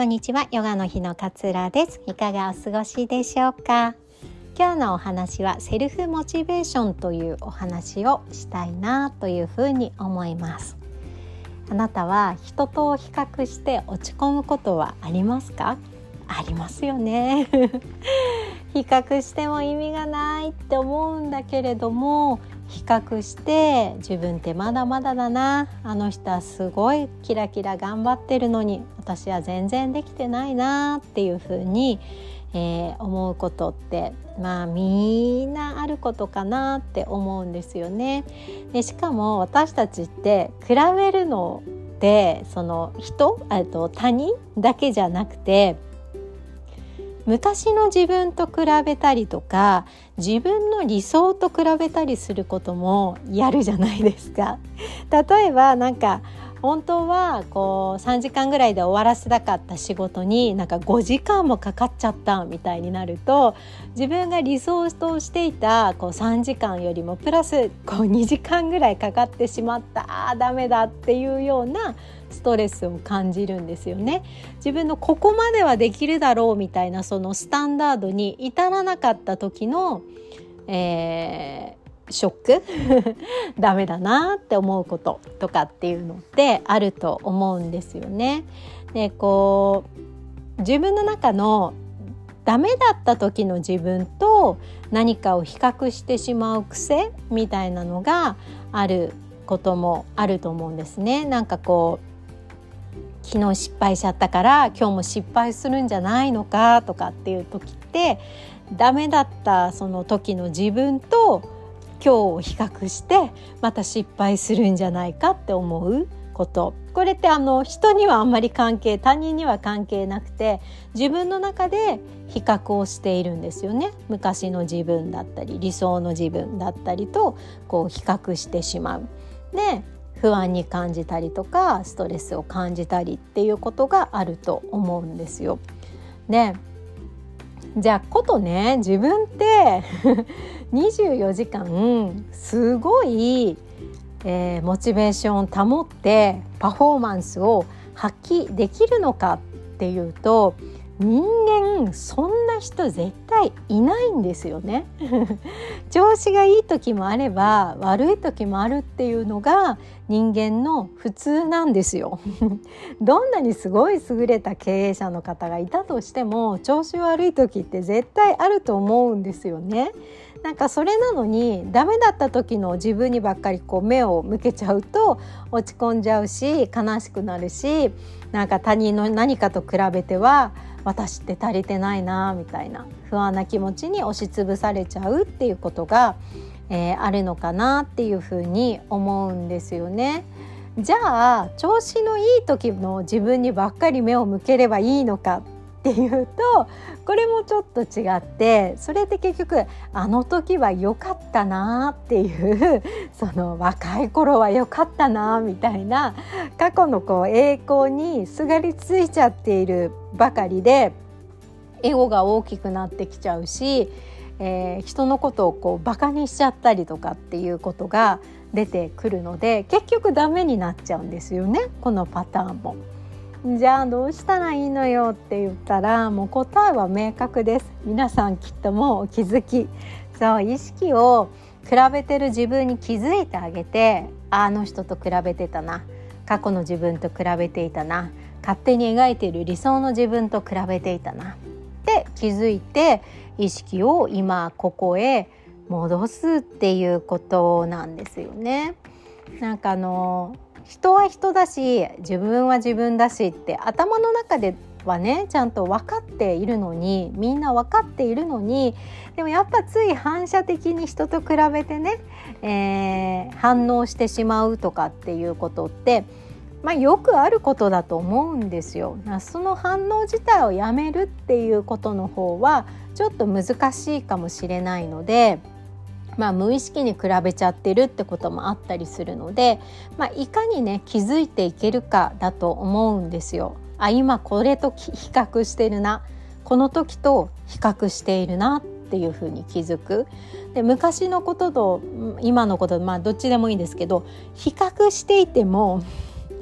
こんにちは、ヨガの日の勝浦です。いかがお過ごしでしょうか。今日のお話はセルフモチベーションというお話をしたいなというふうに思います。あなたは人と比較して落ち込むことはありますか？ありますよね比較しても意味がないって思うんだけれども、比較して自分ってまだまだだな、あの人はすごいキラキラ頑張ってるのに私は全然できてないなっていうふうに、思うことってみんなあることかなって思うんですよね。でしかも私たちって比べるのってその他人だけじゃなくて、昔の自分と比べたりとか自分の理想と比べたりすることもやるじゃないですか。例えば本当は3時間ぐらいで終わらせたかった仕事に5時間もかかっちゃったみたいになると、自分が理想としていた3時間よりもプラス2時間ぐらいかかってしまった、ダメだっていうようなストレスを感じるんですよね。自分のここまではできるだろうみたいなそのスタンダードに至らなかった時の、ショックダメだなって思うこととかっていうのってあると思うんですよね。で自分の中のダメだった時の自分と何かを比較してしまう癖みたいなのがあることもあると思うんですね。昨日失敗しちゃったから今日も失敗するんじゃないのかとかっていう時って、ダメだったその時の自分と今日を比較してまた失敗するんじゃないかって思うこと、これって人にはあんまり他人には関係なくて、自分の中で比較をしているんですよね。昔の自分だったり理想の自分だったりと比較してしまう。で不安に感じたりとかストレスを感じたりっていうことがあると思うんですよ。でじゃあ自分って24時間すごい、モチベーションを保ってパフォーマンスを発揮できるのかっていうと、人間そんな人絶対いないんですよね調子がいい時もあれば悪い時もあるっていうのが人間の普通なんですよどんなにすごい優れた経営者の方がいたとしても調子悪い時って絶対あると思うんですよね。それなのにダメだった時の自分にばっかり目を向けちゃうと落ち込んじゃうし悲しくなるし、他人の何かと比べては私って足りてないなみたいな不安な気持ちに押しつぶされちゃうっていうことが、あるのかなっていうふうに思うんですよね。じゃあ調子のいい時の自分にばっかり目を向ければいいのかっていうと、これもちょっと違って、それって結局あの時は良かったなっていうその若い頃は良かったなみたいな過去の栄光にすがりついちゃっているばかりでエゴが大きくなってきちゃうし、人のことをバカにしちゃったりとかっていうことが出てくるので、結局ダメになっちゃうんですよね、このパターンも。じゃあどうしたらいいのよって言ったら、もう答えは明確です。皆さんきっともうお気づき。意識を比べてる自分に気づいてあげて、あの人と比べてたな、過去の自分と比べていたな、勝手に描いている理想の自分と比べていたなって気づいて、意識を今ここへ戻すっていうことなんですよね。人は人だし自分は自分だしって頭の中ではねちゃんと分かっているのに、みんな分かっているのに、でもやっぱつい反射的に人と比べてね、反応してしまうとかっていうことってよくあることだと思うんですよ。その反応自体をやめるっていうことの方はちょっと難しいかもしれないので、無意識に比べちゃってるってこともあったりするので、いかにね気づいていけるかだと思うんですよ。今これと比較してるな、この時と比較しているなっていうふうに気づく。で昔のことと今のこと、どっちでもいいんですけど、比較していても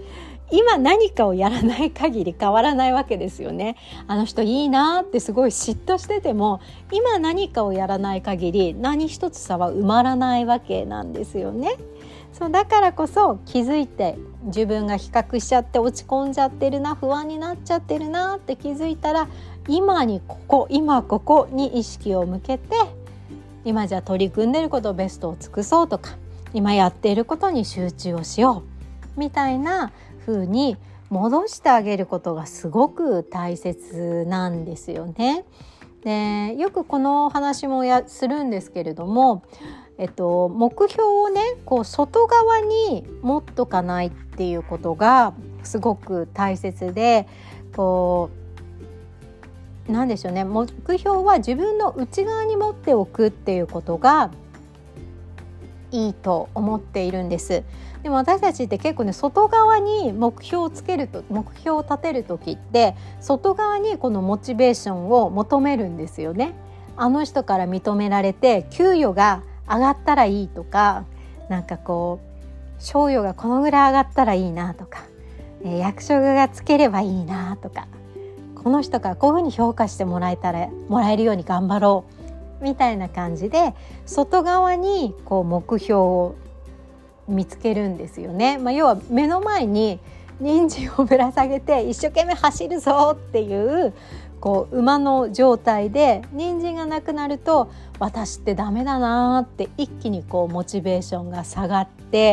今何かをやらない限り変わらないわけですよね。あの人いいなってすごい嫉妬してても、今何かをやらない限り何一つ差は埋まらないわけなんですよね。そうだからこそ気づいて、自分が比較しちゃって落ち込んじゃってるな、不安になっちゃってるなって気づいたら、今ここに意識を向けて、今じゃ取り組んでることをベストを尽くそうとか、今やっていることに集中をしようみたいな風に戻してあげることがすごく大切なんですよね。で、よくこの話もするんですけれども、目標をねこう外側に持っとかないっていうことがすごく大切で、こうなんでしょうね、目標は自分の内側に持っておくっていうことがいいと思っているんです。でも私たちって結構ね、外側に目標を立てる時って外側にこのモチベーションを求めるんですよね。あの人から認められて給与が上がったらいいとか、なんかこう賞与がこのぐらい上がったらいいなとか、役職がつければいいなとか、この人からこういうふうに評価してもらえるように頑張ろうみたいな感じで、外側にこう目標を見つけるんですよね。要は目の前に人参をぶら下げて一生懸命走るぞっていうこう馬の状態で、人参がなくなると私ってダメだなって一気にこうモチベーションが下がって、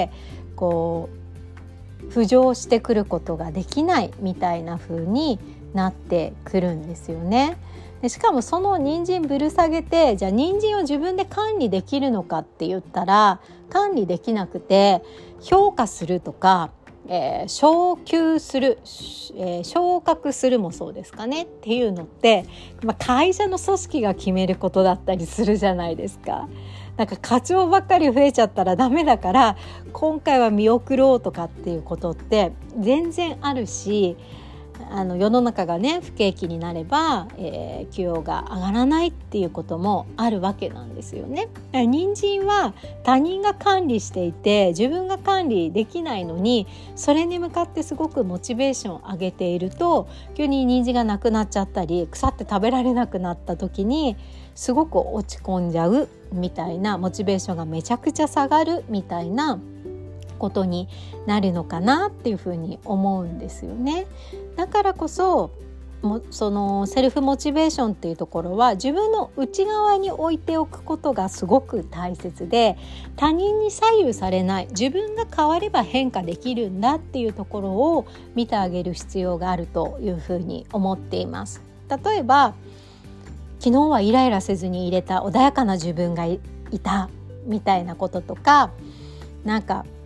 こう浮上してくることができないみたいな風になってくるんですよね。でしかもその人参ぶる下げて、じゃあ人参を自分で管理できるのかって言ったら管理できなくて、評価するとか、昇給する、昇格するもそうですかねっていうのって、会社の組織が決めることだったりするじゃないですか。なんか課長ばっかり増えちゃったらダメだから今回は見送ろうとかっていうことって全然あるし、世の中がね不景気になれば、給与が上がらないっていうこともあるわけなんですよね。人参は他人が管理していて自分が管理できないのに、それに向かってすごくモチベーションを上げていると、急に人参がなくなっちゃったり腐って食べられなくなった時にすごく落ち込んじゃうみたいな、モチベーションがめちゃくちゃ下がるみたいなことになるのかなっていうふうに思うんですよね。だからこそそのセルフモチベーションっていうところは自分の内側に置いておくことがすごく大切で、他人に左右されない、自分が変われば変化できるんだっていうところを見てあげる必要があるというふうに思っています。例えば昨日はイライラせずに入れた穏やかな自分が いたみたいなこととか、なん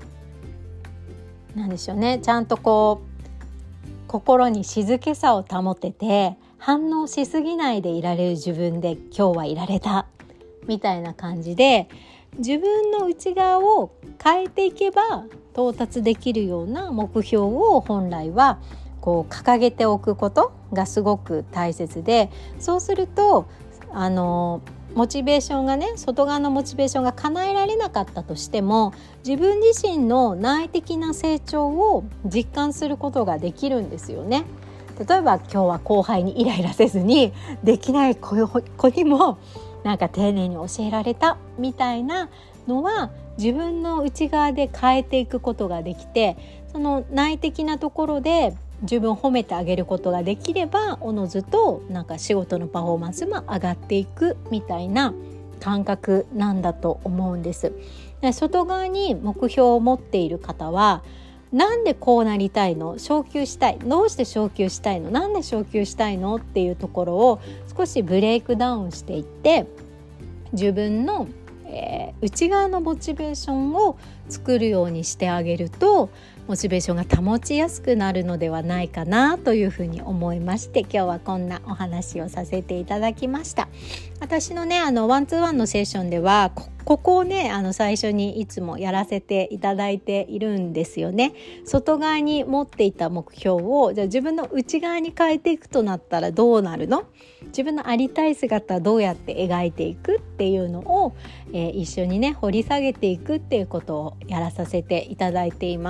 でしょうね、ちゃんとこう心に静けさを保てて反応しすぎないでいられる自分で今日はいられたみたいな感じで、自分の内側を変えていけば到達できるような目標を本来はこう掲げておくことがすごく大切で、そうするとモチベーションがね、外側のモチベーションが叶えられなかったとしても、自分自身の内的な成長を実感することができるんですよね。例えば今日は後輩にイライラせずにできない子にもなんか丁寧に教えられたみたいなのは自分の内側で変えていくことができて、その内的なところで自分を褒めてあげることができれば、おのずとなんか仕事のパフォーマンスも上がっていくみたいな感覚なんだと思うんです。外側に目標を持っている方は、なんでこうなりたいの？昇給したい。どうして昇給したいの？なんで昇給したいの？っていうところを少しブレイクダウンしていって、自分の内側のモチベーションを作るようにしてあげると、モチベーションが保ちやすくなるのではないかなというふうに思いまして、今日はこんなお話をさせていただきました。私のね1-2-1のセッションではここをね最初にいつもやらせていただいているんですよね。外側に持っていた目標をじゃあ自分の内側に変えていくとなったらどうなるの？自分のありたい姿はどうやって描いていくっていうのを、一緒にね掘り下げていくっていうことをやらさせていただいています。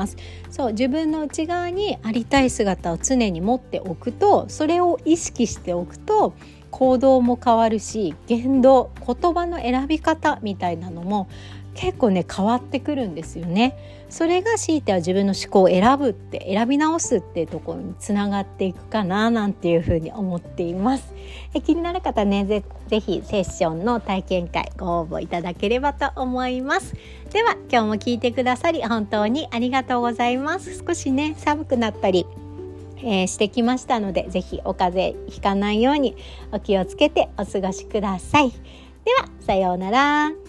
そう自分の内側にありたい姿を常に持っておくと、それを意識しておくと行動も変わるし、言動、言葉の選び方みたいなのも結構ね変わってくるんですよね。それが強いては自分の思考を選び直すっていうところにつながっていくかななんていうふうに思っています。気になる方ね、ぜひセッションの体験会ご応募いただければと思います。では今日も聞いてくださり本当にありがとうございます。少しね寒くなったりしてきましたので、ぜひお風邪ひかないようにお気をつけてお過ごしください。ではさようなら。